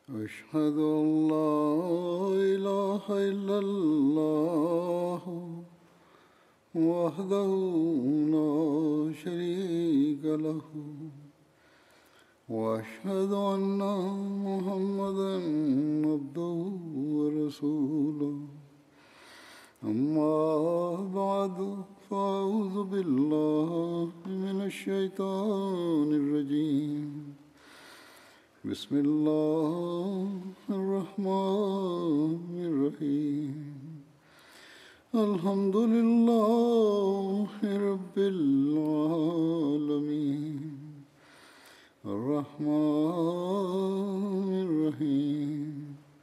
أشهد أن لا إله إلا الله وحده لا شريك له وأشهد أن محمدا عبده ورسوله أما بعد فأعوذ بالله من الشيطان الرجيم بسم الله الرحمن الرحيم الحمد لله رب العالمين الرحمن الرحيم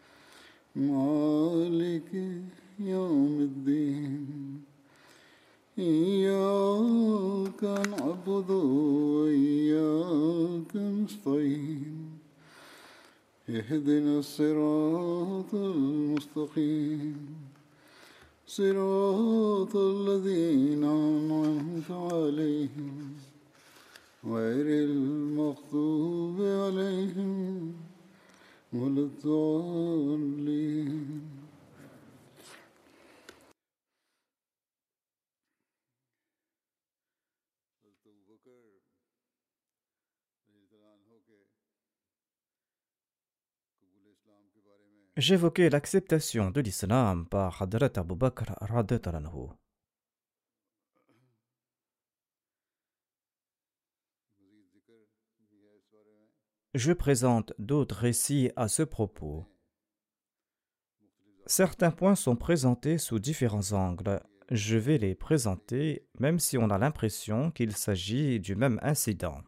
مالك يوم الدين إياك نعبد وإياك نستعين اهدنا الصراط المستقيم صراط الذين أنعمت عليهم غير المغضوب عليهم ولا الضالين. J'évoquais l'acceptation de l'islam par Hadrat Abu Bakr radhiyallahu anhu. Je présente d'autres récits à ce propos. Certains points sont présentés sous différents angles. Je vais les présenter même si on a l'impression qu'il s'agit du même incident.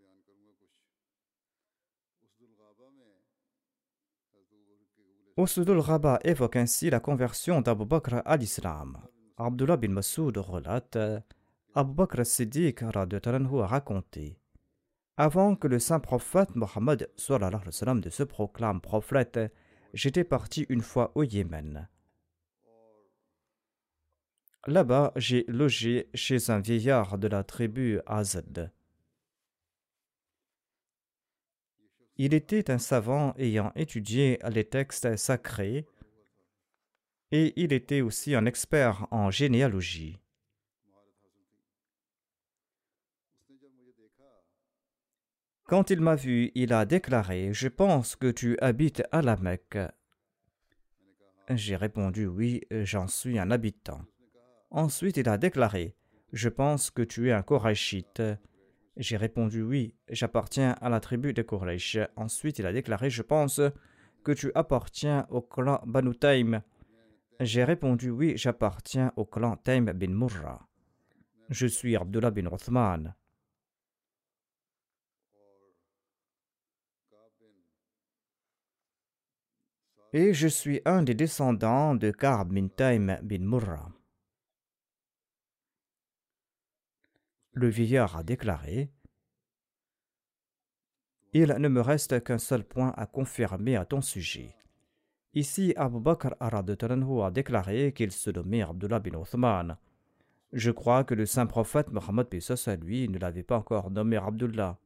Usdul Ghaba évoque ainsi la conversion d'Abu Bakr à l'islam. Abdullah bin Masoud relate, Abu Bakr Siddiq radhiyallahu anhu a raconté: avant que le saint prophète Mohammed sallallahu alayhi wa sallam ne se proclame prophète, j'étais parti une fois au Yémen. Là-bas, j'ai logé chez un vieillard de la tribu Azad. Il était un savant ayant étudié les textes sacrés et il était aussi un expert en généalogie. Quand il m'a vu, il a déclaré: « Je pense que tu habites à la Mecque. » J'ai répondu: « Oui, j'en suis un habitant. » Ensuite, il a déclaré: « Je pense que tu es un Koraïchite. » J'ai répondu: « Oui, j'appartiens à la tribu des Koraïch. » Ensuite, il a déclaré: « Je pense que tu appartiens au clan Banu Taym. » J'ai répondu: « Oui, j'appartiens au clan Taym bin Murra. » Je suis Abdullah bin Uthman. Et je suis un des descendants de Ka'b bin Taym bin Murra. Le vieillard a déclaré: « Il ne me reste qu'un seul point à confirmer à ton sujet. » Ici, Abu Bakr radhiyallahu anhu a déclaré qu'il se nommait Abdullah bin Uthman. Je crois que le saint prophète Mohammed à lui ne l'avait pas encore nommé Abdullah.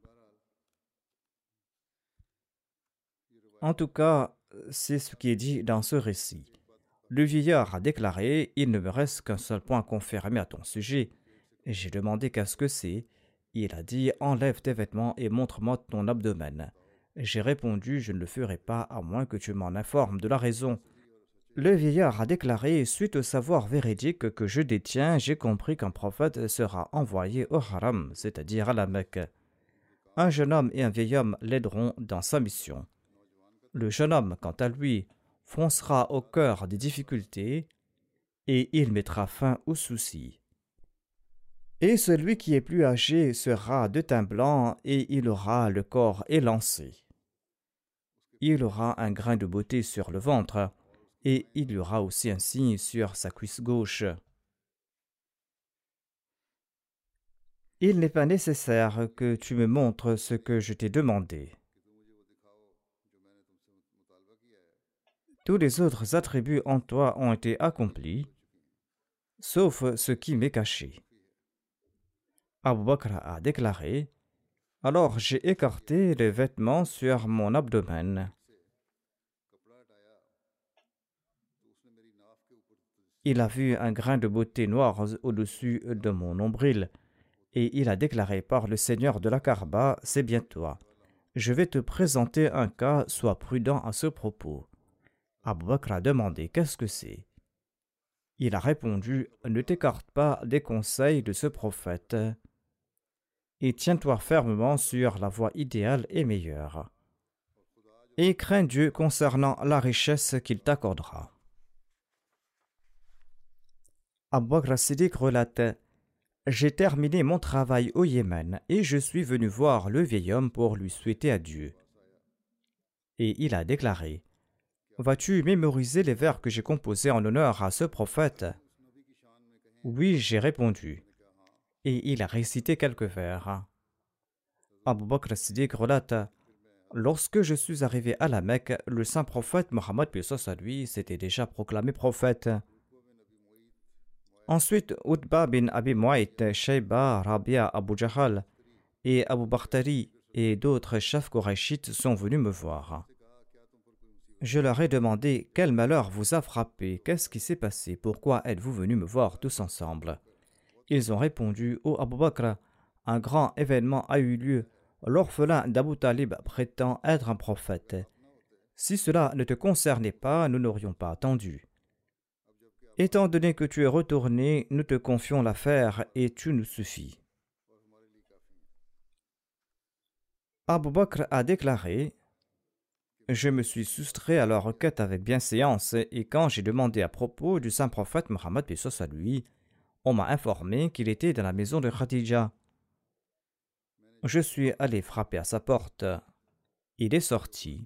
En tout cas, c'est ce qui est dit dans ce récit. Le vieillard a déclaré: « Il ne me reste qu'un seul point à confirmer à ton sujet. » J'ai demandé qu'est-ce que c'est. Il a dit: « Enlève tes vêtements et montre-moi ton abdomen. » J'ai répondu: « Je ne le ferai pas à moins que tu m'en informes de la raison. » Le vieillard a déclaré: « Suite au savoir véridique que je détiens, j'ai compris qu'un prophète sera envoyé au haram, c'est-à-dire à la Mecque. Un jeune homme et un vieil homme l'aideront dans sa mission. Le jeune homme, quant à lui, foncera au cœur des difficultés et il mettra fin aux soucis. Et celui qui est plus âgé sera de teint blanc et il aura le corps élancé. Il aura un grain de beauté sur le ventre et il y aura aussi un signe sur sa cuisse gauche. Il n'est pas nécessaire que tu me montres ce que je t'ai demandé. Tous les autres attributs en toi ont été accomplis, sauf ce qui m'est caché. » Abu Bakr a déclaré: « Alors j'ai écarté les vêtements sur mon abdomen. Il a vu un grain de beauté noir au-dessus de mon nombril et il a déclaré par le Seigneur de la Kaaba, c'est bien toi. Je vais te présenter un cas, sois prudent à ce propos. Abu Bakr a demandé qu'est-ce que c'est. Il a répondu, ne t'écarte pas des conseils de ce prophète et tiens-toi fermement sur la voie idéale et meilleure. Et crains Dieu concernant la richesse qu'il t'accordera. Abu Bakr as-Siddiq relate, j'ai terminé mon travail au Yémen et je suis venu voir le vieil homme pour lui souhaiter adieu. Et il a déclaré, vas-tu mémoriser les vers que j'ai composés en honneur à ce prophète? Oui, j'ai répondu. Et il a récité quelques vers. Abu Bakr as-Siddiq relate, lorsque je suis arrivé à la Mecque, le saint prophète Mohammed à lui s'était déjà proclamé prophète. Ensuite, Utba bin Abi Mu'ayt, Shayba, Rabia, Abu Jahal et Abu Bakhtari et d'autres chefs korachites sont venus me voir. Je leur ai demandé quel malheur vous a frappé, qu'est-ce qui s'est passé, pourquoi êtes-vous venus me voir tous ensemble? Ils ont répondu, ô Abu Bakr, un grand événement a eu lieu. L'orphelin d'Abu Talib prétend être un prophète. Si cela ne te concernait pas, nous n'aurions pas attendu. Étant donné que tu es retourné, nous te confions l'affaire et tu nous suffis. Abu Bakr a déclaré, je me suis soustrait à leur requête avec bienséance et quand j'ai demandé à propos du saint prophète Mohammed à lui, on m'a informé qu'il était dans la maison de Khadija. Je suis allé frapper à sa porte. Il est sorti.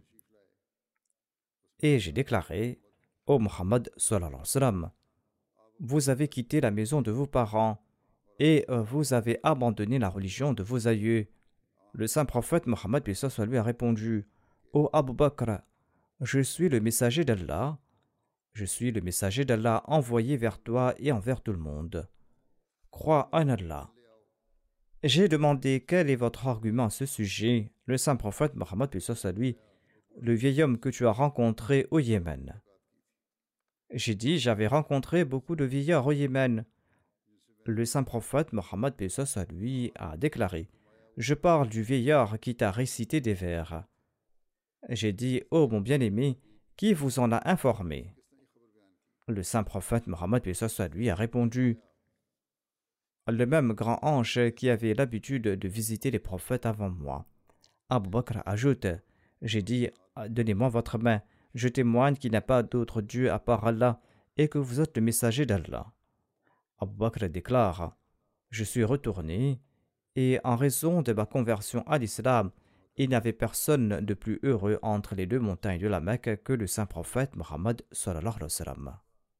Et j'ai déclaré, ô Mohammed sallallahu alayhi wa sallam, vous avez quitté la maison de vos parents et vous avez abandonné la religion de vos aïeux. Le saint prophète Mohammed lui a répondu, ô Abu Bakr, je suis le messager d'Allah. Je suis le messager d'Allah envoyé vers toi et envers tout le monde. Crois en Allah. J'ai demandé quel est votre argument à ce sujet. Le saint prophète Mohammed lui, le vieil homme que tu as rencontré au Yémen. J'ai dit, j'avais rencontré beaucoup de vieillards au Yémen. Le saint prophète Mohammed lui a déclaré, je parle du vieillard qui t'a récité des vers. J'ai dit, ô mon bien-aimé, qui vous en a informé? Le saint prophète Mohammed lui a répondu, le même grand ange qui avait l'habitude de visiter les prophètes avant moi. Abu Bakr ajoute, j'ai dit, donnez-moi votre main, je témoigne qu'il n'y a pas d'autre Dieu à part Allah et que vous êtes le messager d'Allah. Abu Bakr déclare, je suis retourné et en raison de ma conversion à l'islam, il n'y avait personne de plus heureux entre les deux montagnes de la Mecque que le saint prophète Mohammed sallallahu alayhi wa sallam.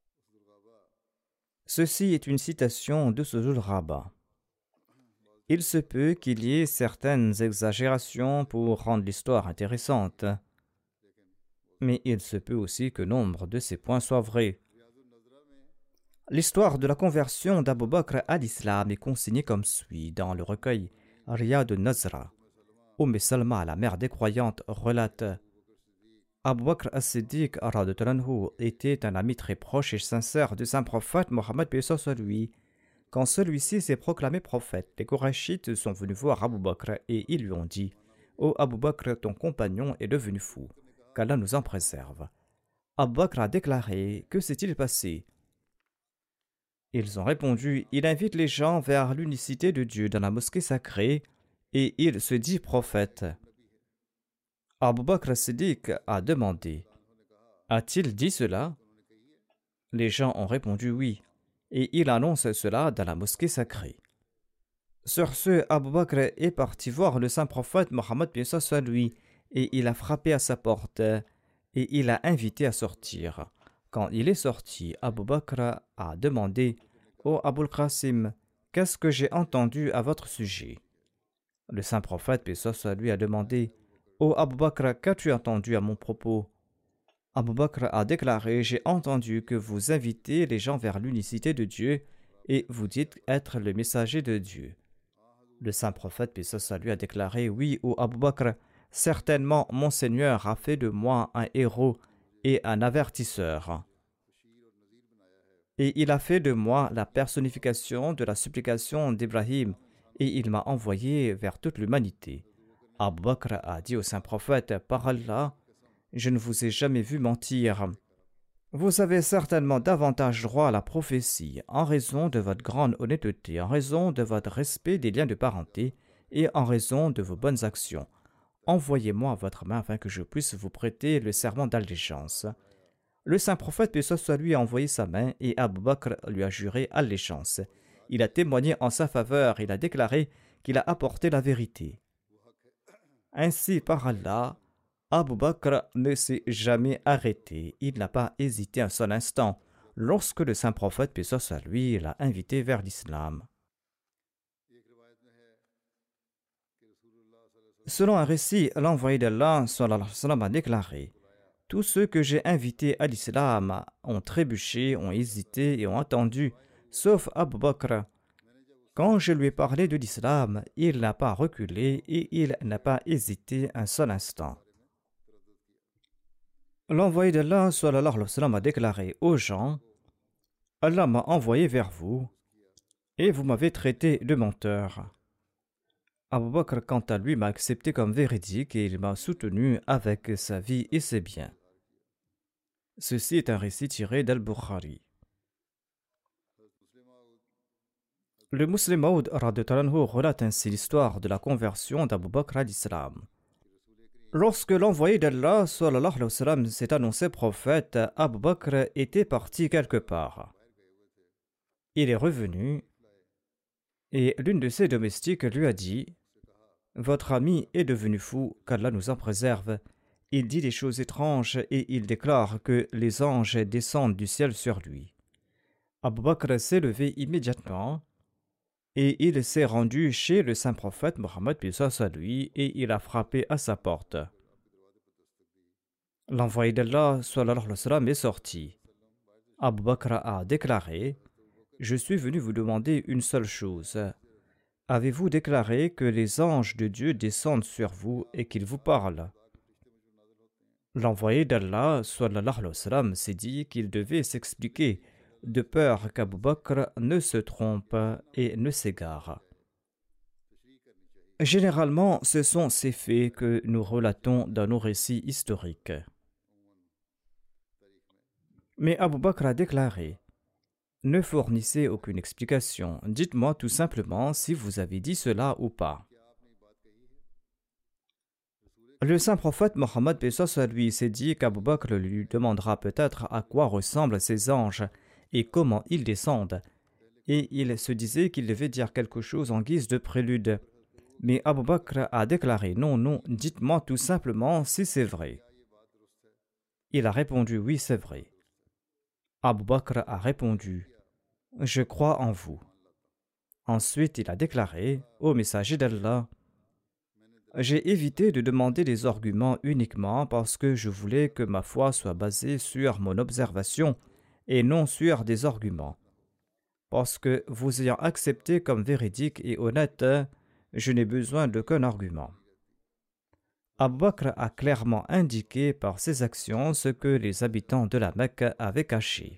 Ceci est une citation de Sujul Rabbah. Il se peut qu'il y ait certaines exagérations pour rendre l'histoire intéressante, mais il se peut aussi que nombre de ces points soient vrais. L'histoire de la conversion d'Abu Bakr à l'islam est consignée comme suit dans le recueil Riyad al-Nazra. Salma, la mère des croyantes, relate Abu Bakr as-Siddiq était un ami très proche et sincère du saint prophète Mohammed lui. Quand celui-ci s'est proclamé prophète, les Korachites sont venus voir Abu Bakr et ils lui ont dit ô Abu Bakr, ton compagnon est devenu fou, qu'Allah nous en préserve. Abu Bakr a déclaré que s'est-il passé? Ils ont répondu il invite les gens vers l'unicité de Dieu dans la mosquée sacrée et il se dit prophète. Abu Bakr as-Siddiq a demandé a-t-il dit cela? Les gens ont répondu oui, et il annonce cela dans la mosquée sacrée. Sur ce, Abu Bakr est parti voir le saint prophète Mohammed lui, et il a frappé à sa porte, et il a invité à sortir. Quand il est sorti, Abu Bakr a demandé ô Abul Qasim, qu'est-ce que j'ai entendu à votre sujet? Le saint prophète lui a demandé ô Abu Bakr, qu'as-tu entendu à mon propos? Abu Bakr a déclaré j'ai entendu que vous invitez les gens vers l'unicité de Dieu et vous dites être le messager de Dieu. Le saint prophète lui a déclaré oui ô Abu Bakr, certainement mon Seigneur a fait de moi un héros et un avertisseur. et il a fait de moi la personnification de la supplication d'Ibrahim, et il m'a envoyé vers toute l'humanité. Abu Bakr a dit au saint prophète, par Allah, je ne vous ai jamais vu mentir. Vous avez certainement davantage droit à la prophétie en raison de votre grande honnêteté, en raison de votre respect des liens de parenté et en raison de vos bonnes actions. Envoyez-moi votre main afin que je puisse vous prêter le serment d'allégeance. Le saint prophète, paix soit lui, a envoyé sa main et Abu Bakr lui a juré allégeance. Il a témoigné en sa faveur, il a déclaré qu'il a apporté la vérité. Ainsi, par Allah, Abu Bakr ne s'est jamais arrêté, il n'a pas hésité un seul instant lorsque le saint prophète, paix soit lui, l'a invité vers l'islam. Selon un récit, l'envoyé d'Allah sallallahu alayhi wa sallam, a déclaré: tous ceux que j'ai invités à l'islam ont trébuché, ont hésité et ont attendu, sauf Abu Bakr. Quand je lui ai parlé de l'islam, il n'a pas reculé et il n'a pas hésité un seul instant. L'envoyé d'Allah sallallahu alayhi wa sallam, a déclaré aux gens: Allah m'a envoyé vers vous et vous m'avez traité de menteur. Abu Bakr, quant à lui, m'a accepté comme véridique et il m'a soutenu avec sa vie et ses biens. Ceci est un récit tiré d'Al-Bukhari. Le Muslim Maud relate ainsi l'histoire de la conversion d'Abu Bakr à l'islam. Lorsque l'envoyé d'Allah sallallahu alayhi wa sallam s'est annoncé prophète, Abu Bakr était parti quelque part. Il est revenu et l'une de ses domestiques lui a dit: votre ami est devenu fou, qu'Allah nous en préserve. Il dit des choses étranges et il déclare que les anges descendent du ciel sur lui. Abu Bakr s'est levé immédiatement et il s'est rendu chez le saint prophète Mohammed paix soit lui et il a frappé à sa porte. L'envoyé d'Allah sallallahu alayhi wa sallam est sorti. Abu Bakr a déclaré: je suis venu vous demander une seule chose. Avez-vous déclaré que les anges de Dieu descendent sur vous et qu'ils vous parlent? L'envoyé d'Allah sallallahu alayhi wa sallam s'est dit qu'il devait s'expliquer de peur qu'Abu Bakr ne se trompe et ne s'égare. Généralement, ce sont ces faits que nous relatons dans nos récits historiques. Mais Abu Bakr a déclaré: ne fournissez aucune explication, dites-moi tout simplement si vous avez dit cela ou pas. Le saint prophète Mohammed paix soit lui s'est dit qu'Abu Bakr lui demandera peut-être à quoi ressemblent ces anges et comment ils descendent, et il se disait qu'il devait dire quelque chose en guise de prélude. Mais Abu Bakr a déclaré: non, dites-moi tout simplement si c'est vrai. Il a répondu: oui, c'est vrai. Abu Bakr a répondu: je crois en vous. Ensuite, il a déclaré: ô messager d'Allah, j'ai évité de demander des arguments uniquement parce que je voulais que ma foi soit basée sur mon observation et non sur des arguments. Parce que vous ayant accepté comme véridique et honnête, je n'ai besoin d'aucun argument. Abu Bakr a clairement indiqué par ses actions ce que les habitants de la Mecque avaient caché.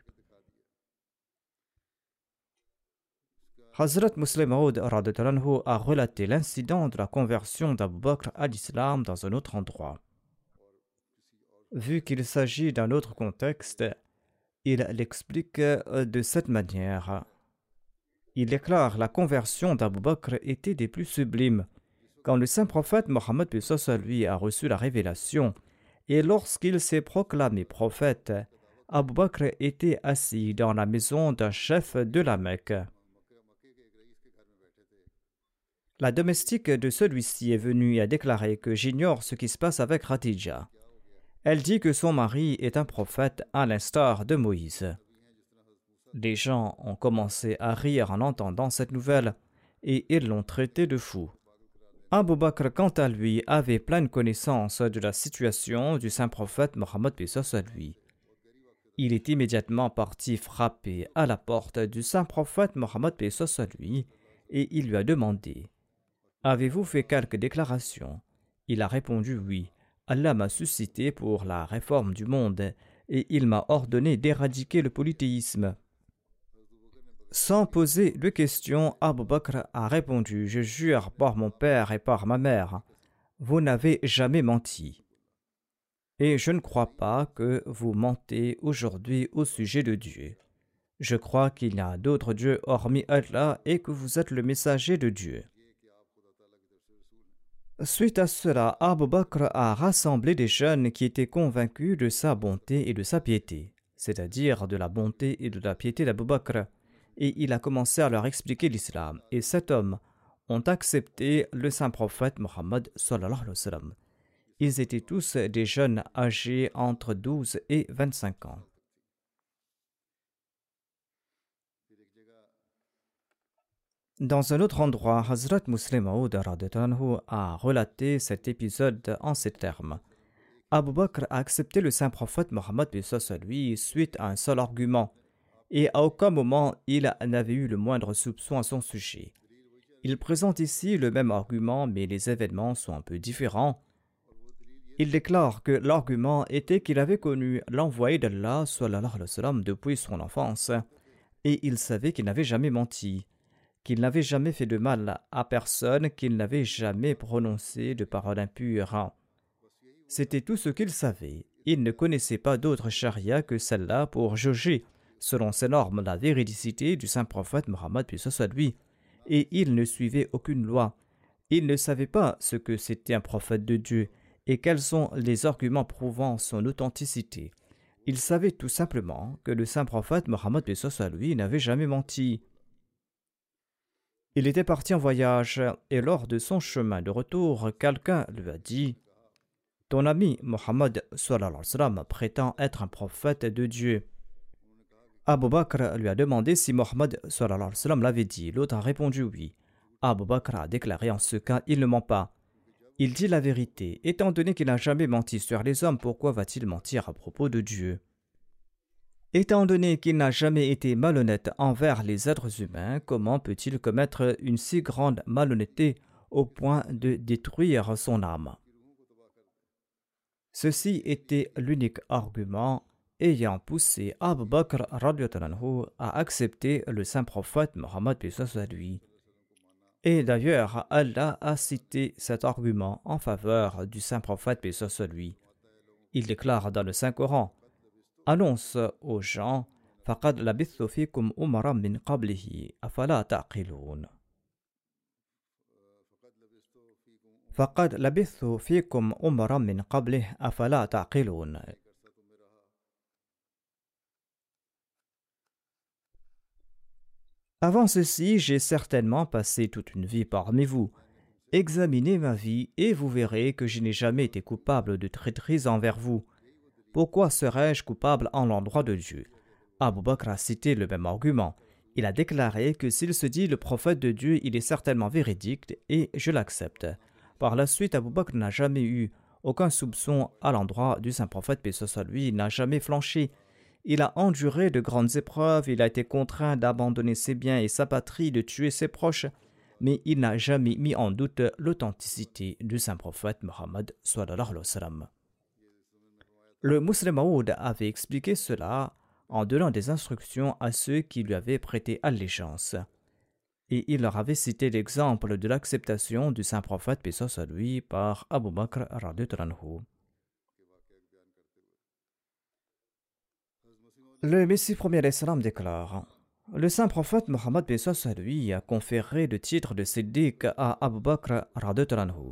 Hazrat Muslim Maud a relaté l'incident de la conversion d'Abu Bakr à l'islam dans un autre endroit. Vu qu'il s'agit d'un autre contexte, il l'explique de cette manière. Il déclare: la conversion d'Abu Bakr était des plus sublimes. Quand le saint prophète Mohammed paix soit lui a reçu la révélation et lorsqu'il s'est proclamé prophète, Abu Bakr était assis dans la maison d'un chef de la Mecque. La domestique de celui-ci est venue et a déclaré que j'ignore ce qui se passe avec Khadija. Elle dit que son mari est un prophète à l'instar de Moïse. Les gens ont commencé à rire en entendant cette nouvelle et ils l'ont traité de fou. Abu Bakr, quant à lui, avait pleine connaissance de la situation du saint prophète Mohammed paix soit lui. Il est immédiatement parti frapper à la porte du saint prophète Mohammed paix soit lui et il lui a demandé: avez-vous fait quelques déclarations? Il a répondu: oui. Allah m'a suscité pour la réforme du monde et il m'a ordonné d'éradiquer le polythéisme. Sans poser de questions, Abu Bakr a répondu: Je jure par mon père et par ma mère, vous n'avez jamais menti. Et je ne crois pas que vous mentez aujourd'hui au sujet de Dieu. Je crois qu'il y a d'autres dieux hormis Allah et que vous êtes le messager de Dieu. Suite à cela, Abu Bakr a rassemblé des jeunes qui étaient convaincus de sa bonté et de sa piété, c'est-à-dire de la bonté et de la piété d'Abu Bakr, et il a commencé à leur expliquer l'islam. Et 7 hommes ont accepté le saint prophète Mohammed sallallahu alayhi wa sallam. Ils étaient tous des jeunes âgés entre 12 et 25 ans. Dans un autre endroit, Hazrat Muslim Maud a relaté cet épisode en ces termes. Abu Bakr a accepté le saint prophète Mohammed lui suite à un seul argument, et à aucun moment il n'avait eu le moindre soupçon à son sujet. Il présente ici le même argument, mais les événements sont un peu différents. Il déclare que l'argument était qu'il avait connu l'envoyé d'Allah sallallahu alayhi wa sallam depuis son enfance, et il savait qu'il n'avait jamais menti, qu'il n'avait jamais fait de mal à personne, qu'il n'avait jamais prononcé de paroles impures. C'était tout ce qu'il savait. Il ne connaissait pas d'autre charia que celle-là pour juger, selon ses normes, la véridicité du saint prophète Mohammed puis ce soit lui, et il ne suivait aucune loi. Il ne savait pas ce que c'était un prophète de Dieu et quels sont les arguments prouvant son authenticité. Il savait tout simplement que le saint prophète Mohammed puis ce soit lui n'avait jamais menti. Il était parti en voyage et lors de son chemin de retour, quelqu'un lui a dit: ton ami Mohammed sallallahu alayhi wa sallam prétend être un prophète de Dieu. Abu Bakr lui a demandé si Mohammed sallallahu alayhi wa sallam l'avait dit. L'autre a répondu oui. Abu Bakr a déclaré: en ce cas, il ne ment pas. Il dit la vérité. Étant donné qu'il n'a jamais menti sur les hommes, pourquoi va-t-il mentir à propos de Dieu? Étant donné qu'il n'a jamais été malhonnête envers les êtres humains, comment peut-il commettre une si grande malhonnêteté au point de détruire son âme? Ceci était l'unique argument ayant poussé Abu Bakr à accepter le saint prophète Mohammed lui. Et d'ailleurs, Allah a cité cet argument en faveur du saint prophète lui. Il déclare dans le Saint-Coran: annonce aux gens: faqad labithu fikum umaran min qablihi afala ta'qilun. فقد لبثت فيكم أمرا من قبله أفلا تعقلون. Avant ceci, j'ai certainement passé toute une vie parmi vous. Examinez ma vie et vous verrez que je n'ai jamais été coupable de traîtrise envers vous. Pourquoi serais-je coupable en l'endroit de Dieu? Abu Bakr a cité le même argument. Il a déclaré que s'il se dit le prophète de Dieu, il est certainement véridique et je l'accepte. Par la suite, Abu Bakr n'a jamais eu aucun soupçon à l'endroit du saint prophète, paix soit sur lui. Il n'a jamais flanché. Il a enduré de grandes épreuves, il a été contraint d'abandonner ses biens et sa patrie, de tuer ses proches, mais il n'a jamais mis en doute l'authenticité du saint prophète Mohammed sallallahu alayhi wa sallam. Le Muslim Maud avait expliqué cela en donnant des instructions à ceux qui lui avaient prêté allégeance. Et il leur avait cité l'exemple de l'acceptation du saint prophète, paix soit sur lui, par Abu Bakr radhiyallahu anhu. Le Messie premier d'Islam déclare: le saint prophète Mohammed paix soit sur lui a conféré le titre de Siddiq à Abu Bakr radhiyallahu anhu.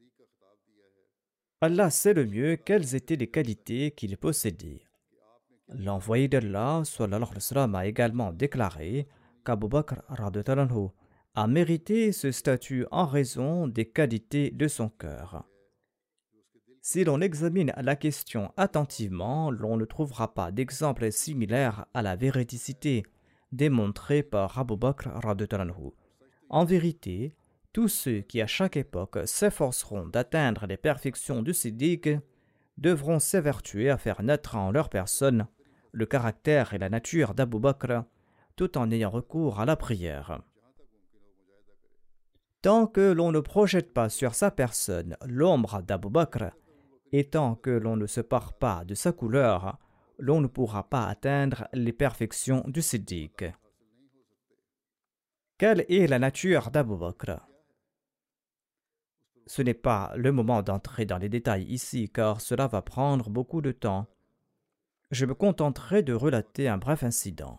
Allah sait le mieux quelles étaient les qualités qu'il possédait. L'envoyé d'Allah sallallahu alayhi wa sallam a également déclaré qu'Abu Bakr radhiyallahu anhu a mérité ce statut en raison des qualités de son cœur. Si l'on examine la question attentivement, l'on ne trouvera pas d'exemple similaire à la véridicité démontrée par Abu Bakr radhiyallahu anhu. En vérité, tous ceux qui à chaque époque s'efforceront d'atteindre les perfections du Siddiq devront s'évertuer à faire naître en leur personne le caractère et la nature d'Abu Bakr, tout en ayant recours à la prière. Tant que l'on ne projette pas sur sa personne l'ombre d'Abu Bakr, et tant que l'on ne se pare pas de sa couleur, l'on ne pourra pas atteindre les perfections du Siddiq. Quelle est la nature d'Abu Bakr? Ce n'est pas le moment d'entrer dans les détails ici, car cela va prendre beaucoup de temps. Je me contenterai de relater un bref incident.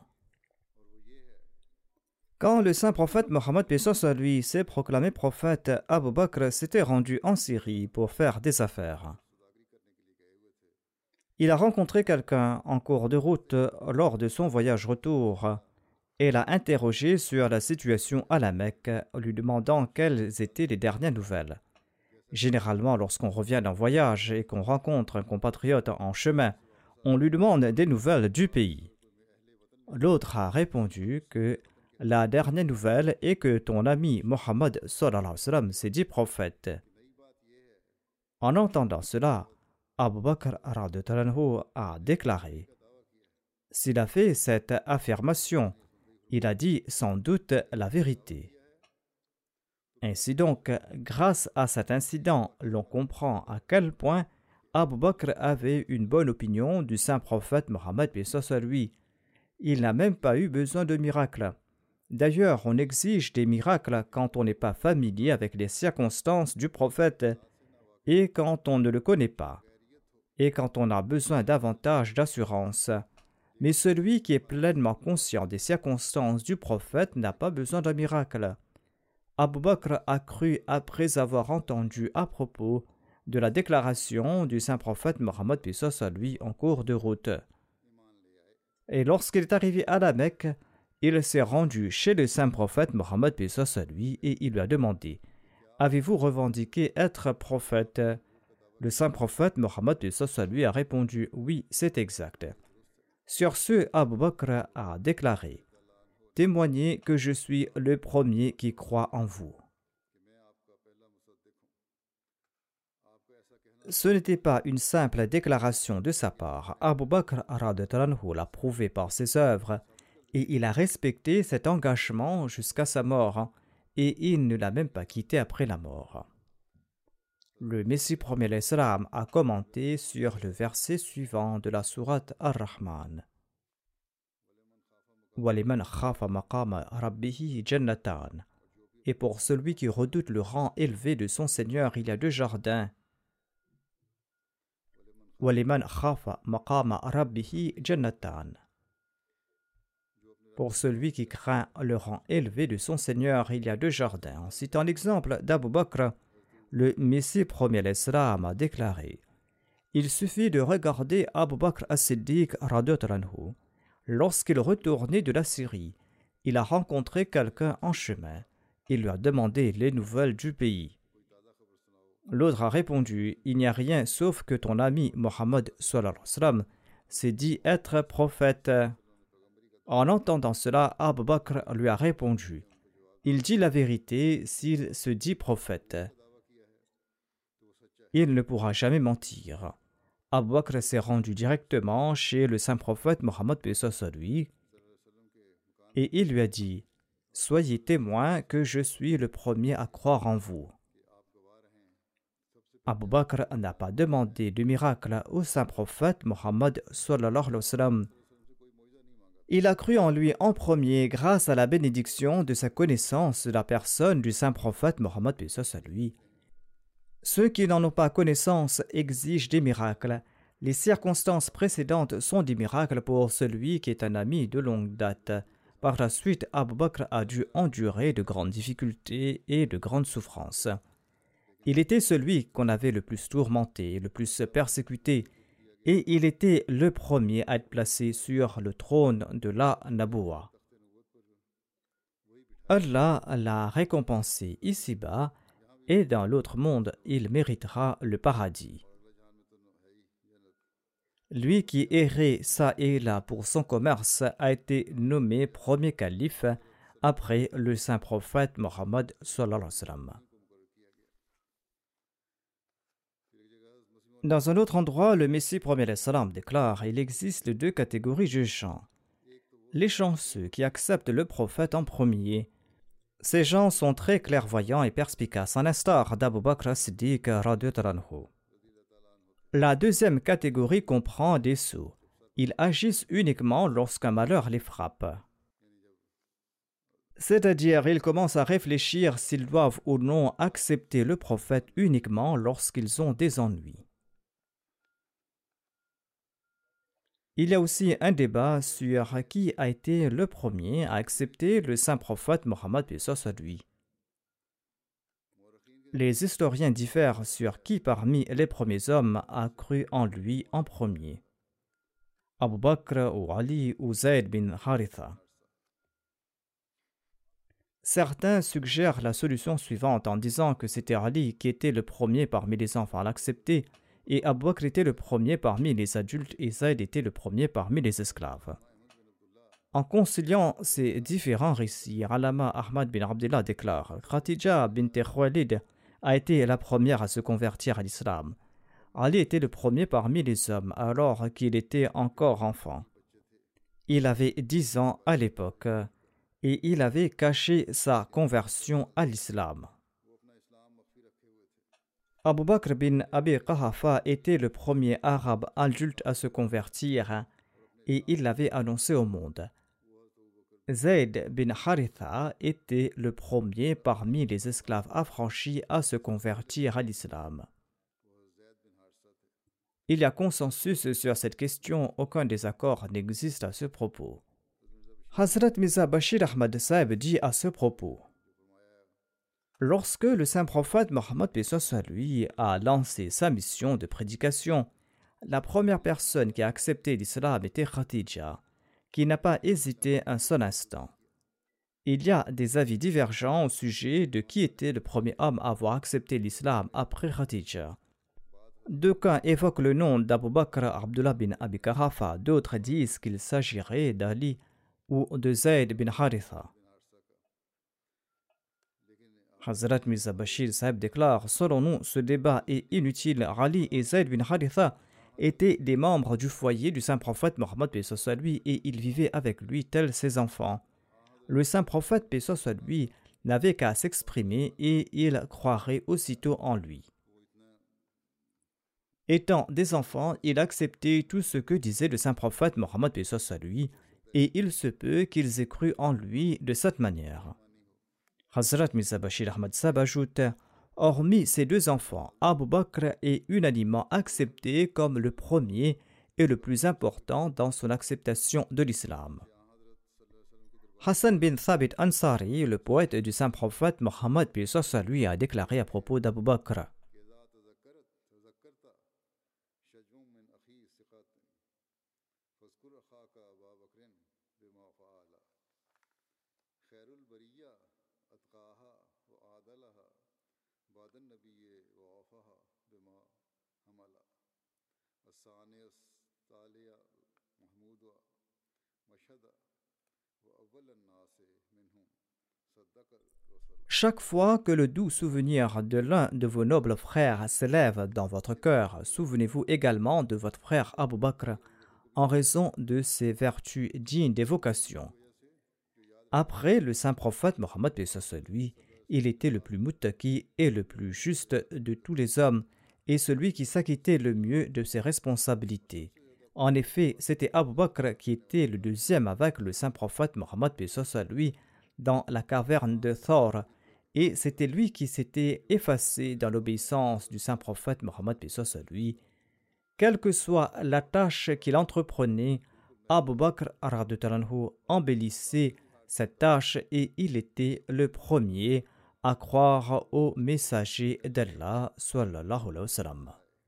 Quand le saint prophète Mohammed lui s'est proclamé prophète, Abu Bakr s'était rendu en Syrie pour faire des affaires. Il a rencontré quelqu'un en cours de route lors de son voyage retour et l'a interrogé sur la situation à la Mecque, lui demandant quelles étaient les dernières nouvelles. Généralement, lorsqu'on revient d'un voyage et qu'on rencontre un compatriote en chemin, on lui demande des nouvelles du pays. L'autre a répondu que la dernière nouvelle est que ton ami Mohammed s'est dit prophète. En entendant cela, Abu Bakr a déclaré: s'il a fait cette affirmation, il a dit sans doute la vérité. Ainsi donc, grâce à cet incident, l'on comprend à quel point Abu Bakr avait une bonne opinion du saint prophète Mohammed lui. Il n'a même pas eu besoin de miracles. D'ailleurs, on exige des miracles quand on n'est pas familier avec les circonstances du prophète et quand on ne le connaît pas, et quand on a besoin davantage d'assurance. Mais celui qui est pleinement conscient des circonstances du prophète n'a pas besoin d'un miracle. Abu Bakr a cru après avoir entendu à propos de la déclaration du saint prophète Mohammed lui en cours de route. Et lorsqu'il est arrivé à la Mecque, il s'est rendu chez le saint prophète Mohammed lui et il lui a demandé: avez-vous revendiqué être prophète? Le saint prophète Mohammed lui a répondu: oui, c'est exact. Sur ce, Abu Bakr a déclaré: témoignez que je suis le premier qui croit en vous. Ce n'était pas une simple déclaration de sa part. Abu Bakr l'a prouvé par ses œuvres et il a respecté cet engagement jusqu'à sa mort et il ne l'a même pas quitté après la mort. Le Messie premier l'Islam a commenté sur le verset suivant de la sourate Ar-Rahman. Et pour celui qui redoute le rang élevé de son Seigneur, il y a deux jardins. Pour celui qui craint le rang élevé de son Seigneur, il y a deux jardins. En citant l'exemple d'Abu Bakr, le Messie premier l'Islam a déclaré: il suffit de regarder Abu Bakr as-Siddiq radhiyallahu anhu. Lorsqu'il retournait de la Syrie, il a rencontré quelqu'un en chemin. Il lui a demandé les nouvelles du pays. L'autre a répondu: il n'y a rien sauf que ton ami Mohammed s'est dit être prophète. En entendant cela, Abu Bakr lui a répondu: il dit la vérité s'il se dit prophète. Il ne pourra jamais mentir. Abu Bakr s'est rendu directement chez le saint prophète Mohammed lui et il lui a dit: soyez témoin que je suis le premier à croire en vous. Abu Bakr n'a pas demandé de miracle au saint prophète Mohammed sallallahu alayhi wa sallam. Il a cru en lui en premier grâce à la bénédiction de sa connaissance de la personne du saint prophète Mohammed lui. Ceux qui n'en ont pas connaissance exigent des miracles. Les circonstances précédentes sont des miracles pour celui qui est un ami de longue date. Par la suite, Abu Bakr a dû endurer de grandes difficultés et de grandes souffrances. Il était celui qu'on avait le plus tourmenté, le plus persécuté, et il était le premier à être placé sur le trône de la Naboua. Allah l'a récompensé ici-bas, et dans l'autre monde, il méritera le paradis. Lui qui errait ça et là pour son commerce a été nommé premier calife après le saint prophète Mohammed sallallahu alayhi wa sallam. Dans un autre endroit, le Messie premier salam déclare: il existe deux catégories de gens. Les chanceux qui acceptent le prophète en premier. Ces gens sont très clairvoyants et perspicaces, en instar d'Abu Bakr as-Siddiq radhiyallahu anhu. La deuxième catégorie comprend des sots. Ils agissent uniquement lorsqu'un malheur les frappe. C'est-à-dire, ils commencent à réfléchir s'ils doivent ou non accepter le prophète uniquement lorsqu'ils ont des ennuis. Il y a aussi un débat sur qui a été le premier à accepter le saint prophète Mohammed paix soit sur lui. Les historiens diffèrent sur qui parmi les premiers hommes a cru en lui en premier, Abu Bakr ou Ali ou Zayd bin Haritha. Certains suggèrent la solution suivante en disant que c'était Ali qui était le premier parmi les enfants à l'accepter et Abu Bakr était le premier parmi les adultes et Zayd était le premier parmi les esclaves. En conciliant ces différents récits, Alama Ahmad bin Abdullah déclare « Khadija bint Khuwaylid a été la première à se convertir à l'islam. Ali était le premier parmi les hommes alors qu'il était encore enfant. Il avait 10 ans à l'époque et il avait caché sa conversion à l'islam. Abu Bakr bin Abi Qahafa était le premier arabe adulte à se convertir et il l'avait annoncé au monde. Zayd bin Haritha était le premier parmi les esclaves affranchis à se convertir à l'islam. Il y a consensus sur cette question, aucun désaccord n'existe à ce propos. Hazrat Mirza Bashir Ahmad Sahib dit à ce propos: lorsque le saint prophète Mohammed paix soit lui a lancé sa mission de prédication, la première personne qui a accepté l'islam était Khadija, qui n'a pas hésité un seul instant. Il y a des avis divergents au sujet de qui était le premier homme à avoir accepté l'islam après Khadija. D'aucuns évoquent le nom d'Abu Bakr Abdullah bin Abi Qahafa, d'autres disent qu'il s'agirait d'Ali ou de Zayd bin Haritha. Hazrat Mirza Bashir Sahib déclare: selon nous, ce débat est inutile. Ali et Zayd bin Haritha étaient des membres du foyer du saint prophète Mohammed paix soit lui et ils vivaient avec lui tels ses enfants. Le saint prophète paix soit lui n'avait qu'à s'exprimer et il croirait aussitôt en lui. Étant des enfants, ils acceptaient tout ce que disait le saint prophète Mohammed paix soit lui et il se peut qu'ils aient cru en lui de cette manière. Hazrat Mirza Bashir Ahmad Sahib ajoute: hormis ces deux enfants, Abu Bakr est unanimement accepté comme le premier et le plus important dans son acceptation de l'islam. Hassan bin Thabit Ansari, le poète du saint prophète Mohammed paix soit lui, a déclaré à propos d'Abu Bakr: chaque fois que le doux souvenir de l'un de vos nobles frères s'élève dans votre cœur, souvenez-vous également de votre frère Abu Bakr en raison de ses vertus dignes d'évocation. Après le saint prophète Mohammed paix soit lui, il était le plus muttaqi et le plus juste de tous les hommes et celui qui s'acquittait le mieux de ses responsabilités. En effet, c'était Abu Bakr qui était le deuxième avec le saint prophète Mohammed paix soit lui dans la caverne de Thor, et c'était lui qui s'était effacé dans l'obéissance du saint prophète Mohammed paix soit lui. Quelle que soit la tâche qu'il entreprenait, Abu Bakr embellissait cette tâche et il était le premier à croire au messager d'Allah sallallahu alayhi wa sallam.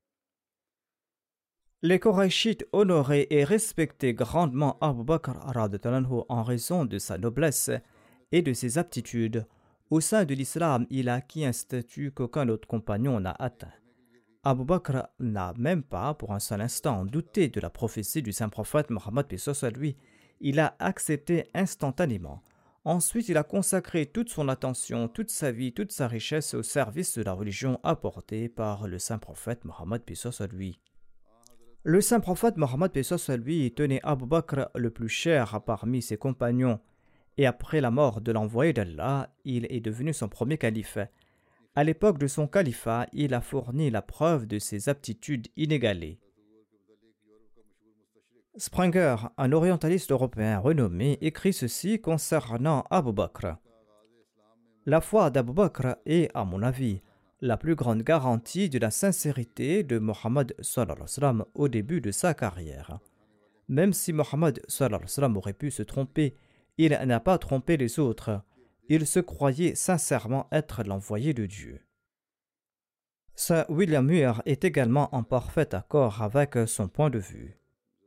Les Qurayshites honoraient et respectaient grandement Abu Bakr en raison de sa noblesse et de ses aptitudes. Au sein de l'islam, il a acquis un statut qu'aucun autre compagnon n'a atteint. Abu Bakr n'a même pas pour un seul instant douté de la prophétie du saint prophète Mohammed paix soit lui. Il a accepté instantanément. Ensuite, il a consacré toute son attention, toute sa vie, toute sa richesse au service de la religion apportée par le saint prophète Mohammed paix soit lui. Le saint prophète Mohammed paix soit lui tenait Abu Bakr le plus cher parmi ses compagnons. Et après la mort de l'envoyé d'Allah, il est devenu son premier calife. À l'époque de son califat, il a fourni la preuve de ses aptitudes inégalées. Sprenger, un orientaliste européen renommé, écrit ceci concernant Abu Bakr. La foi d'Abu Bakr est, à mon avis, la plus grande garantie de la sincérité de Mohammed sallallahu alayhi wa sallam au début de sa carrière. Même si Mohammed sallallahu alayhi wa sallam aurait pu se tromper, il n'a pas trompé les autres. Il se croyait sincèrement être l'envoyé de Dieu. Sir William Muir est également en parfait accord avec son point de vue.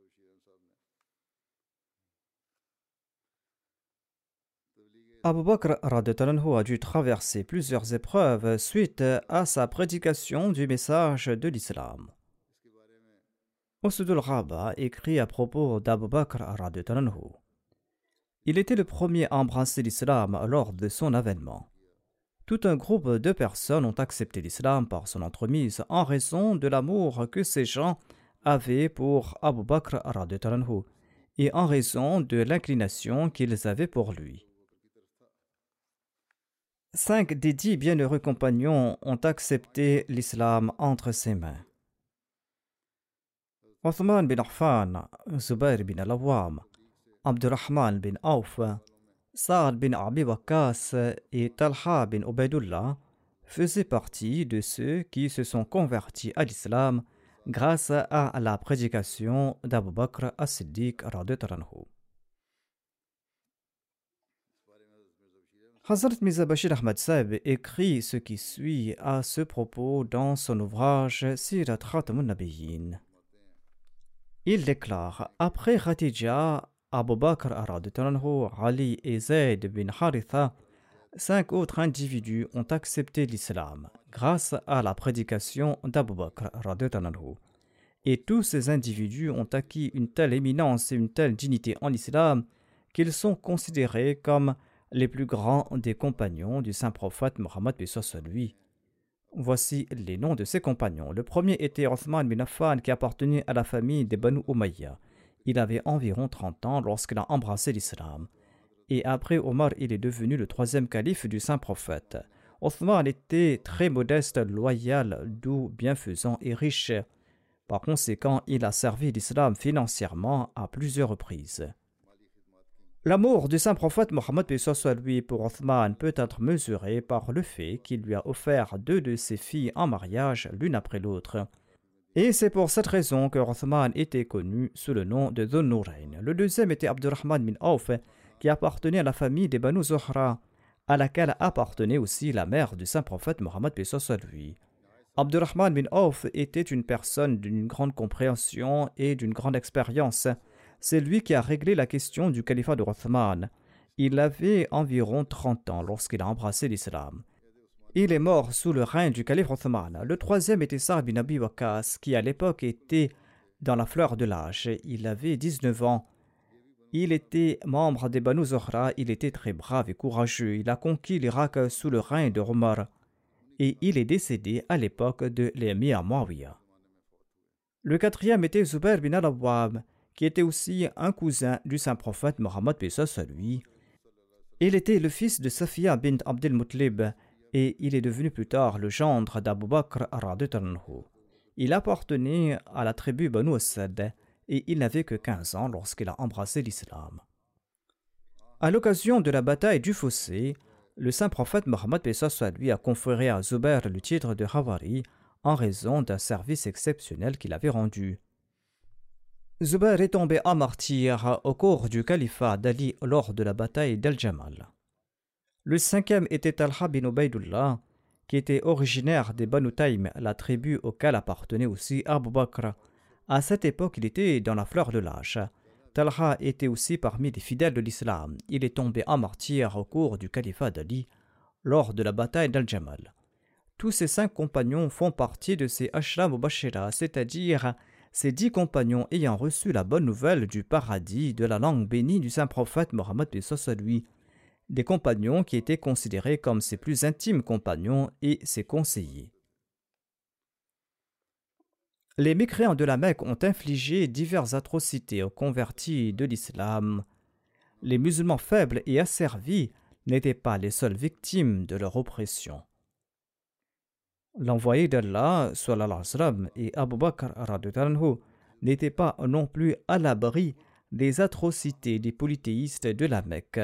Abu Bakr radhiyallahu anhu a dû traverser plusieurs épreuves suite à sa prédication du message de l'islam. Usud al-Ghaba écrit à propos d'Abu Bakr radhiyallahu anhu. Il était le premier à embrasser l'islam lors de son avènement. Tout un groupe de personnes ont accepté l'islam par son entremise en raison de l'amour que ces gens avaient pour Abu Bakr radhiyallahu anhu et en raison de l'inclination qu'ils avaient pour lui. 5 des 10 bienheureux compagnons ont accepté l'islam entre ses mains. Othman bin Affan, Zubair bin al-Awwam, Abdurrahman bin Auf, Saad bin Abi Waqqas et Talha bin Ubaydullah faisaient partie de ceux qui se sont convertis à l'islam grâce à la prédication d'Abu Bakr as-Siddiq radhiyallahu anhu. Hazrat Mirza Bashir Ahmad Sahib écrit ce qui suit à ce propos dans son ouvrage Sirat Khatamun Nabiyyin. Il déclare: après Khatija, Abu Bakr radhiyallahu anhu, Ali et Zayd bin Haritha, 5 autres individus ont accepté l'islam grâce à la prédication d'Abu Bakr radhiyallahu anhu. Et tous ces individus ont acquis une telle éminence et une telle dignité en islam qu'ils sont considérés comme les plus grands des compagnons du saint prophète Mohammed lui. Voici les noms de ses compagnons. Le premier était Othman bin Affan, qui appartenait à la famille des Banu Umayya. Il avait environ 30 ans lorsqu'il a embrassé l'islam. Et après Omar, il est devenu le 3e calife du saint prophète. Othman était très modeste, loyal, doux, bienfaisant et riche. Par conséquent, il a servi l'islam financièrement à plusieurs reprises. L'amour du saint prophète Mohammed lui pour Othman peut être mesuré par le fait qu'il lui a offert 2 de ses filles en mariage l'une après l'autre. Et c'est pour cette raison que Othman était connu sous le nom de Dhun Nurayn. Le deuxième était Abdurrahman bin Auf, qui appartenait à la famille des Banu Zuhra, à laquelle appartenait aussi la mère du saint prophète Mohammed lui. Abdurrahman bin Auf était une personne d'une grande compréhension et d'une grande expérience. C'est lui qui a réglé la question du califat de Othman. Il avait environ 30 ans lorsqu'il a embrassé l'islam. Il est mort sous le règne du calife Othman. Le troisième était Saad bin Abi Waqqas, qui à l'époque était dans la fleur de l'âge. Il avait 19 ans. Il était membre des Banu Zuhra. Il était très brave et courageux. Il a conquis l'Irak sous le règne de Omar. Et il est décédé à l'époque de l'émir Muawiyah. Le quatrième était Zubair bin al-Awwam, qui était aussi un cousin du saint prophète Mohammed lui. Il était le fils de Safiya bint Abdel Muttalib et il est devenu plus tard le gendre d'Abu Bakr radhiyallahu anhu. Il appartenait à la tribu Banu Asad et il n'avait que 15 ans lorsqu'il a embrassé l'islam. À l'occasion de la bataille du Fossé, le saint prophète Mohammed lui a conféré à Zubair le titre de Hawari en raison d'un service exceptionnel qu'il avait rendu. Zubair est tombé en martyr au cours du califat d'Ali lors de la bataille d'Al-Jamal. Le cinquième était Talha bin Ubaydullah, qui était originaire des Banu Taym, la tribu auquel appartenait aussi Abu Bakr. À cette époque, il était dans la fleur de l'âge. Talha était aussi parmi les fidèles de l'islam. Il est tombé en martyr au cours du califat d'Ali lors de la bataille d'Al-Jamal. Tous ces 5 compagnons font partie de ces Ashra Mubashira, c'est-à-dire ces 10 compagnons ayant reçu la bonne nouvelle du paradis de la langue bénie du saint prophète Mohammed lui, des compagnons qui étaient considérés comme ses plus intimes compagnons et ses conseillers. Les mécréants de la Mecque ont infligé diverses atrocités aux convertis de l'islam. Les musulmans faibles et asservis n'étaient pas les seules victimes de leur oppression. L'envoyé d'Allah sallallahu alayhi wa sallam et Abu Bakr radhiyallahu anhu n'était pas non plus à l'abri des atrocités des polythéistes de la Mecque.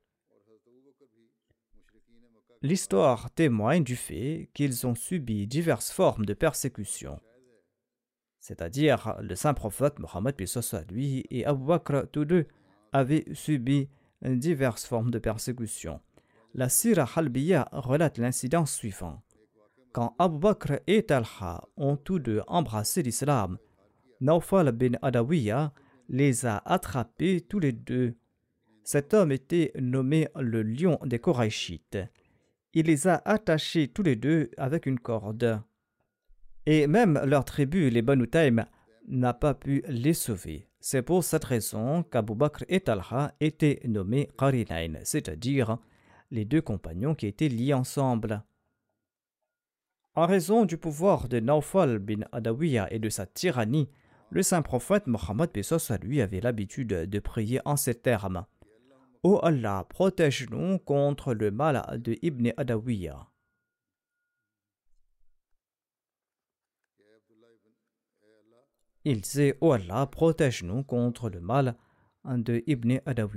L'histoire témoigne du fait qu'ils ont subi diverses formes de persécution. C'est-à-dire, le saint prophète Mohammed lui et Abu Bakr, tous deux, avaient subi diverses formes de persécution. La Sira Halbiya relate l'incident suivant. Quand Abu Bakr et Talha ont tous deux embrassé l'islam, Nawfal bin Adawiya les a attrapés tous les deux. Cet homme était nommé le lion des Koraïchites. Il les a attachés tous les deux avec une corde. Et même leur tribu, les Banu Taym, n'a pas pu les sauver. C'est pour cette raison qu'Abu Bakr et Talha étaient nommés Qarinayn, c'est-à-dire les deux compagnons qui étaient liés ensemble. En raison du pouvoir de Nawfal bin Adawiya et de sa tyrannie, le saint prophète Mohammed lui avait l'habitude de prier en ces termes. « Ô Allah, protège-nous contre le mal de Ibn Adawiya. » Il disait « Ô Allah, protège-nous contre le mal de Ibn Adawiya. »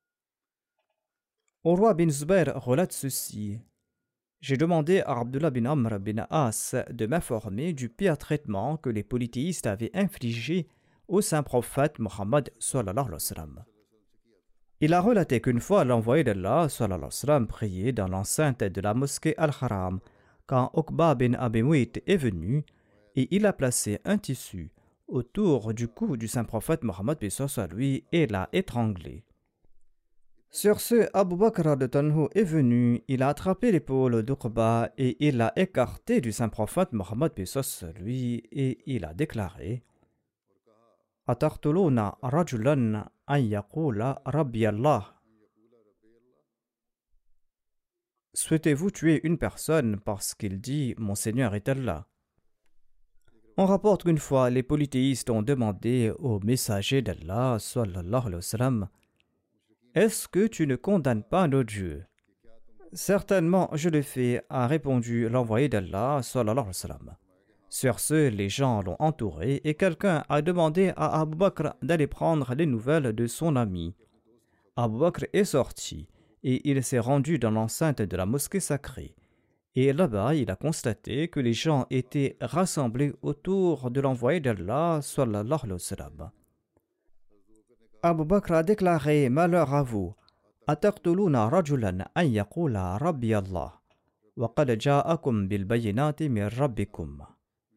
Au roi bin Zubair relate ceci. J'ai demandé à Abdullah bin Amr bin As de m'informer du pire traitement que les polythéistes avaient infligé au saint prophète Mohammed sallallahu alayhi wa sallam. Il a relaté qu'une fois l'envoyé d'Allah sallallahu alayhi wa sallam priait dans l'enceinte de la mosquée Al-Haram quand Uqba bin Abi Mu'ayt est venu et il a placé un tissu autour du cou du saint prophète Mohammed lui et l'a étranglé. Sur ce, Abu Bakr de Tanhu est venu, il a attrapé l'épaule d'Uqba et il l'a écarté du saint prophète Mohammed lui et il a déclaré Atartuluna rajulan an yaqula Rabbi Allah. Souhaitez-vous tuer une personne parce qu'il dit Mon Seigneur est Allah? On rapporte qu'une fois les polythéistes ont demandé au messager d'Allah sallallahu alayhi wa sallam Est-ce que tu ne condamnes pas nos dieux? Certainement, je le fais, a répondu l'envoyé d'Allah sallallahu alayhi wa sallam. Sur ce, les gens l'ont entouré et quelqu'un a demandé à Abu Bakr d'aller prendre les nouvelles de son ami. Abu Bakr est sorti et il s'est rendu dans l'enceinte de la mosquée sacrée. Et là-bas, il a constaté que les gens étaient rassemblés autour de l'envoyé d'Allah sallallahu alayhi wa sallam. Abu Bakr a déclaré Malheur à vous. Ataqtuluna rajulan an yaqula Rabbi Allah wa qad ja'akum bil bayyinati min rabbikum.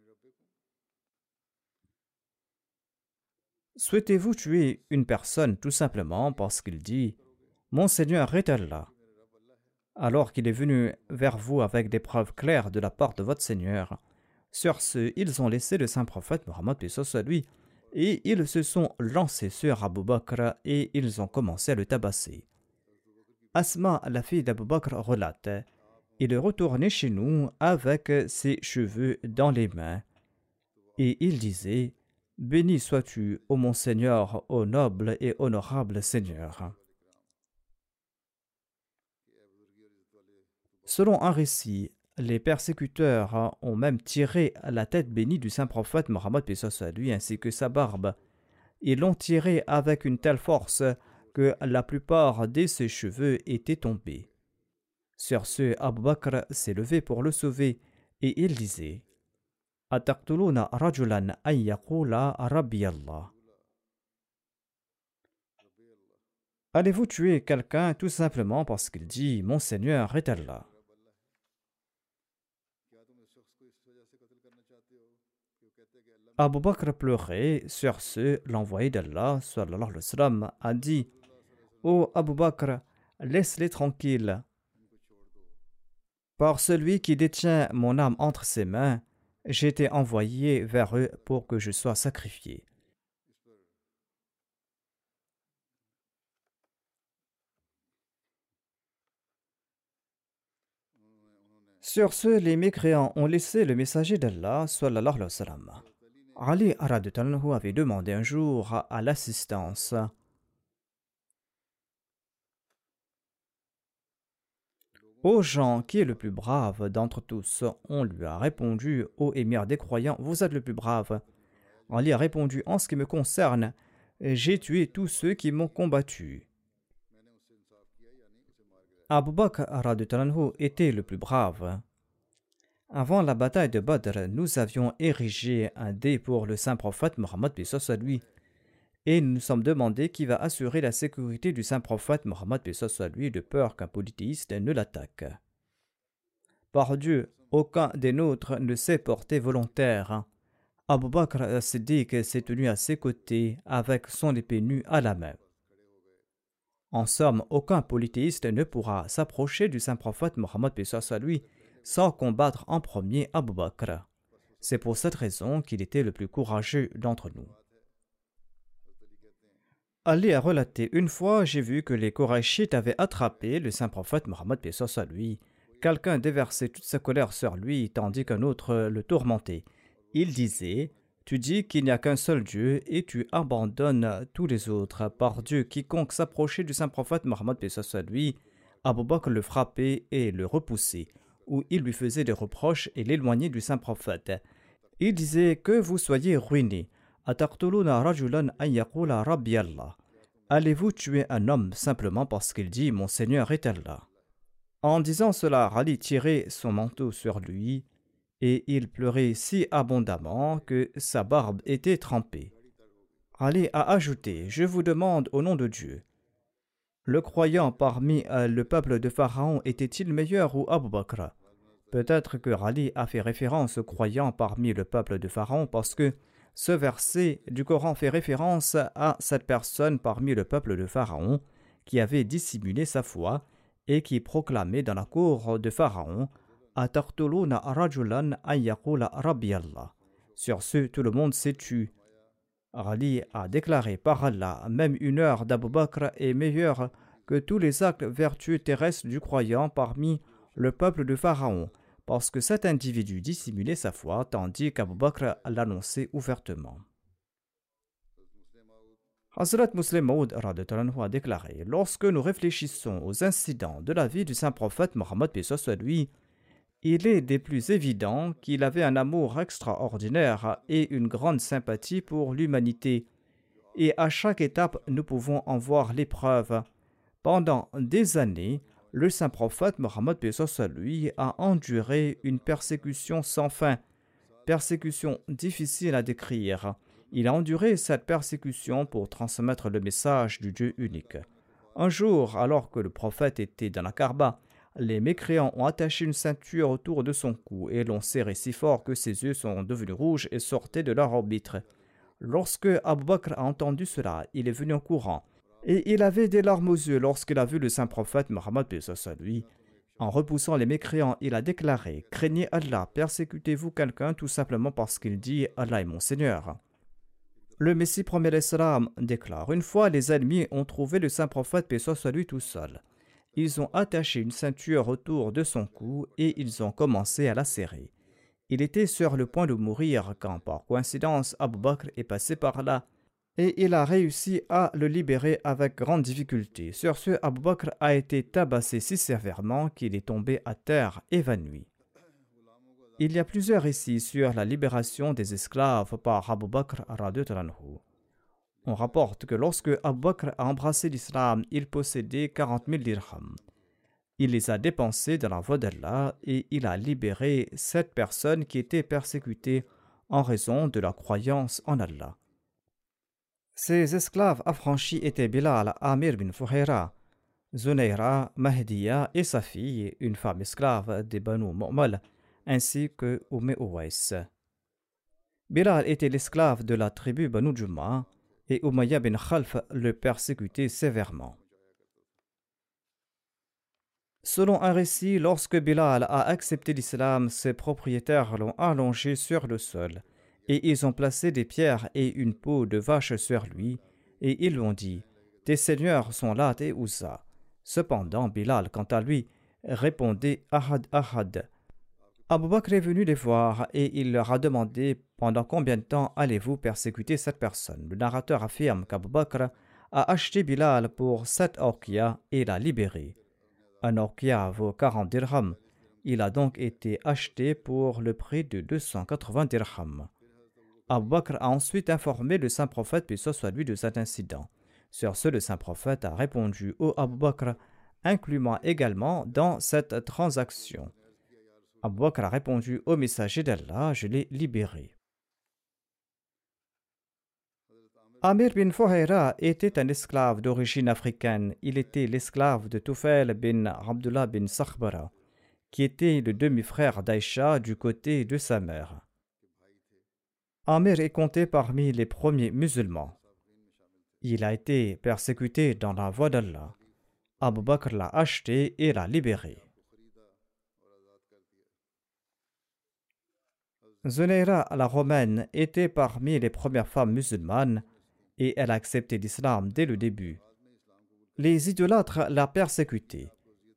Souhaitez-vous tuer une personne tout simplement parce qu'il dit Mon Seigneur est Allah, alors qu'il est venu vers vous avec des preuves claires de la part de votre Seigneur? Sur ce, ils ont laissé le saint prophète Mohammed lui et ils se sont lancés sur Abu Bakr et ils ont commencé à le tabasser. Asma, la fille d'Abu Bakr, relate Il est retourné chez nous avec ses cheveux dans les mains et il disait Béni sois-tu, ô mon Seigneur, ô noble et honorable Seigneur. Selon un récit, les persécuteurs ont même tiré la tête bénie du saint prophète Mohammed lui ainsi que sa barbe. Ils l'ont tiré avec une telle force que la plupart de ses cheveux étaient tombés. Sur ce, Abu Bakr s'est levé pour le sauver et il disait Ataqtuluna rajulan an yaqula Rabbi Allah. Allez-vous tuer quelqu'un tout simplement parce qu'il dit Mon Seigneur est Allah? Abu Bakr pleurait. Sur ce, l'envoyé d'Allah sallallahu alayhi wa sallam a dit Ô Abu Bakr, laisse-les tranquilles. Par celui qui détient mon âme entre ses mains, j'ai été envoyé vers eux pour que je sois sacrifié. Sur ce, les mécréants ont laissé le messager d'Allah sallallahu alayhi wa sallam. Ali radhiyallahu avait demandé un jour à l'assistance. Ô gens, qui est le plus brave d'entre tous? On lui a répondu, ô émir des croyants, vous êtes le plus brave. Ali a répondu: en ce qui me concerne, j'ai tué tous ceux qui m'ont combattu. Abu Bakr radhiyallahu anhu était le plus brave. Avant la bataille de Badr, nous avions érigé un dé pour le saint prophète Mohammed paix soit sur lui, et nous nous sommes demandé qui va assurer la sécurité du saint prophète Mohammed paix soit sur lui de peur qu'un polythéiste ne l'attaque. Par Dieu, aucun des nôtres ne s'est porté volontaire. Abu Bakr as-Siddiq s'est tenu à ses côtés avec son épée nue à la main. En somme, aucun polythéiste ne pourra s'approcher du saint prophète Mohammed paix soit sur lui sans combattre en premier Abu Bakr. C'est pour cette raison qu'il était le plus courageux d'entre nous. Ali a relaté: une fois, j'ai vu que les Korachites avaient attrapé le saint prophète Mohammed paix soit sur lui. Quelqu'un déversait toute sa colère sur lui, tandis qu'un autre le tourmentait. Il disait: tu dis qu'il n'y a qu'un seul Dieu et tu abandonnes tous les autres. Par Dieu, quiconque s'approchait du saint prophète Mohammed paix soit sur lui, Abu Bakr le frappait et le repoussait, ou il lui faisait des reproches et l'éloignait du saint prophète. Il disait: que vous soyez ruinés. Ataqtuluna rajulan an yaqula Rabbi Allah. Allez-vous tuer un homme simplement parce qu'il dit: mon Seigneur est Allah? En disant cela, Ali tirait son manteau sur lui et il pleurait si abondamment que sa barbe était trempée. Ali a ajouté: je vous demande au nom de Dieu, le croyant parmi le peuple de Pharaon était-il meilleur ou Abu Bakr? Peut-être que Ali a fait référence aux croyants parmi le peuple de Pharaon parce que ce verset du Coran fait référence à cette personne parmi le peuple de Pharaon qui avait dissimulé sa foi et qui proclamait dans la cour de Pharaon: Ataqtuluna rajulan an yaqula Rabbi Allah. Sur ce, tout le monde s'est tu. Ali a déclaré: par Allah, même une heure d'Abu Bakr est meilleure que tous les actes vertueux terrestres du croyant parmi le peuple de Pharaon, parce que cet individu dissimulait sa foi tandis qu'Abu Bakr l'annonçait ouvertement. Hazrat Muslim Maud a déclaré: lorsque nous réfléchissons aux incidents de la vie du saint prophète Mohammed paix soit sur lui, il est des plus évidents qu'il avait un amour extraordinaire et une grande sympathie pour l'humanité, et à chaque étape nous pouvons en voir les preuves. Pendant des années, le saint prophète Mohammed paix soit sur lui a enduré une persécution sans fin, persécution difficile à décrire. Il a enduré cette persécution pour transmettre le message du Dieu unique. Un jour, alors que le prophète était dans la Kaaba, les mécréants ont attaché une ceinture autour de son cou et l'ont serré si fort que ses yeux sont devenus rouges et sortaient de leur orbitre. Lorsque Abu Bakr a entendu cela, il est venu en courant et il avait des larmes aux yeux lorsqu'il a vu le saint prophète Mohammed paix soit sur lui. En repoussant les mécréants, il a déclaré: craignez Allah, persécutez-vous quelqu'un tout simplement parce qu'il dit Allah est mon Seigneur. Le Messie premier l'Islam déclare: une fois les ennemis ont trouvé le saint prophète paix soit sur lui tout seul. Ils ont attaché une ceinture autour de son cou et ils ont commencé à la serrer. Il était sur le point de mourir quand, par coïncidence, Abu Bakr est passé par là et il a réussi à le libérer avec grande difficulté. Sur ce, Abu Bakr a été tabassé si sévèrement qu'il est tombé à terre évanoui. Il y a plusieurs récits sur la libération des esclaves par Abu Bakr radhiyallahu anhu. On rapporte que lorsque Abu Bakr a embrassé l'islam, il possédait 40 000 dirhams. Il les a dépensés dans la voie d'Allah et il a libéré 7 personnes qui étaient persécutées en raison de leur croyance en Allah. Ces esclaves affranchis étaient Bilal, Amir bin Fuhaira, Zunaira, Mahdiya et sa fille, une femme esclave des Banu Mu'mal, ainsi que Uwais. Bilal était l'esclave de la tribu Banu Jumma et Umayya bin Khalf le persécutait sévèrement. Selon un récit, lorsque Bilal a accepté l'islam, ses propriétaires l'ont allongé sur le sol et ils ont placé des pierres et une peau de vache sur lui et ils lui ont dit: tes seigneurs sont Lat et Uzza. Cependant, Bilal, quant à lui, répondait Ahad Ahad. Abu Bakr est venu les voir et il leur a demandé: pendant combien de temps allez-vous persécuter cette personne? Le narrateur affirme qu'Abu Bakr a acheté Bilal pour 7 orqiya et l'a libéré. Un orqiya vaut 40 dirhams. Il a donc été acheté pour le prix de 280 dirhams. Abu Bakr a ensuite informé le saint prophète, puis soit lui, de cet incident. Sur ce, le saint prophète a répondu au Abu Bakr, incluant également dans cette transaction. Abu Bakr a répondu au messager d'Allah, je l'ai libéré. Amir bin Fuhayra était un esclave d'origine africaine. Il était l'esclave de Tufail bin Abdullah bin Sakhbara, qui était le demi-frère d'Aïcha du côté de sa mère. Amir est compté parmi les premiers musulmans. Il a été persécuté dans la voie d'Allah. Abu Bakr l'a acheté et l'a libéré. Zunaira la Romaine était parmi les premières femmes musulmanes et elle a accepté l'islam dès le début. Les idolâtres la persécutaient.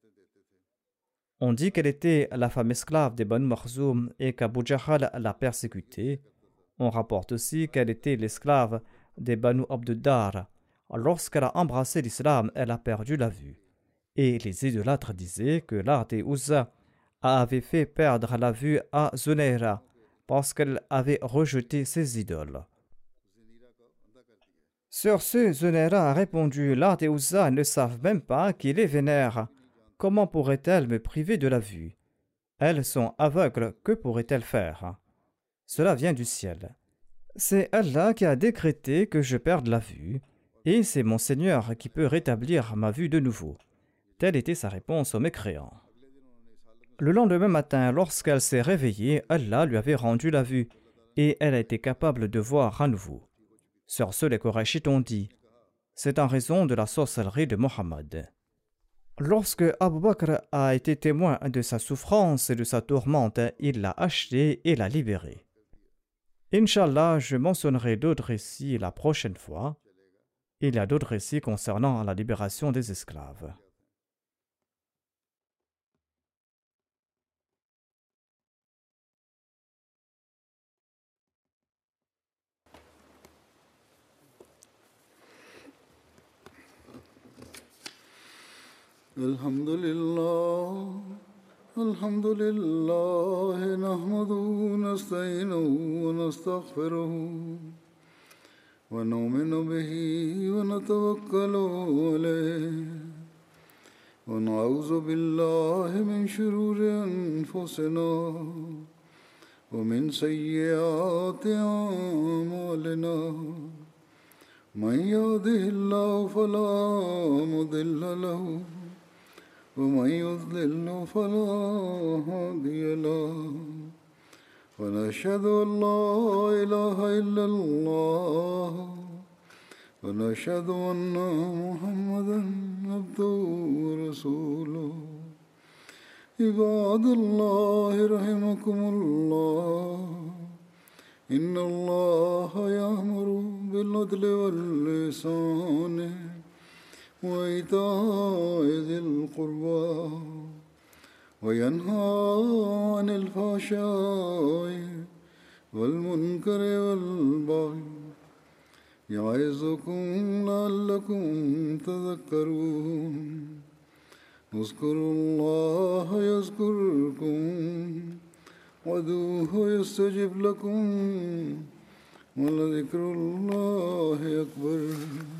On dit qu'elle était la femme esclave des Banu Makhzoum et qu'Abu Jahal l'a persécutée. On rapporte aussi qu'elle était l'esclave des Banu Abduddar. Lorsqu'elle a embrassé l'islam, elle a perdu la vue. Et les idolâtres disaient que Lat et Uzza avaient fait perdre la vue à Zunaira parce qu'elle avait rejeté ses idoles. Sur ce, Zunaira a répondu: Lat et Uzza ne savent même pas qu'il est vénère. Comment pourrait-elle me priver de la vue? Elles sont aveugles, que pourrait-elle faire? Cela vient du ciel. C'est Allah qui a décrété que je perde la vue, et c'est mon Seigneur qui peut rétablir ma vue de nouveau. Telle était sa réponse aux mécréants. Le lendemain matin, lorsqu'elle s'est réveillée, Allah lui avait rendu la vue, et elle a été capable de voir à nouveau. Sur ce, les Qurayshites ont dit: c'est en raison de la sorcellerie de Mohammed. Lorsque Abu Bakr a été témoin de sa souffrance et de sa tourmente, il l'a acheté et l'a libéré. Inch'Allah, je mentionnerai d'autres récits la prochaine fois. Il y a d'autres récits concernant la libération des esclaves. الحمد لله نحمده ونستعينه ونستغفره ونؤمن به ونتوكل عليه ونعوذ بالله من شرور أنفسنا ومن سيئات أعمالنا من يهده الله فلا مضل له ومن يضلل فلا هادي له ونشهد أن لا إله إلا الله ونشهد أن محمدا عبده ورسوله عباد الله رحمكم الله إن الله يأمر بالعدل والإحسان وإيتاء ذي القربى وينهى عن الفحشاء والمنكر والبغي يعظكم لعلكم تذكرون اذكروا الله يذكركم وادعوه يستجب لكم ولذكر الله أكبر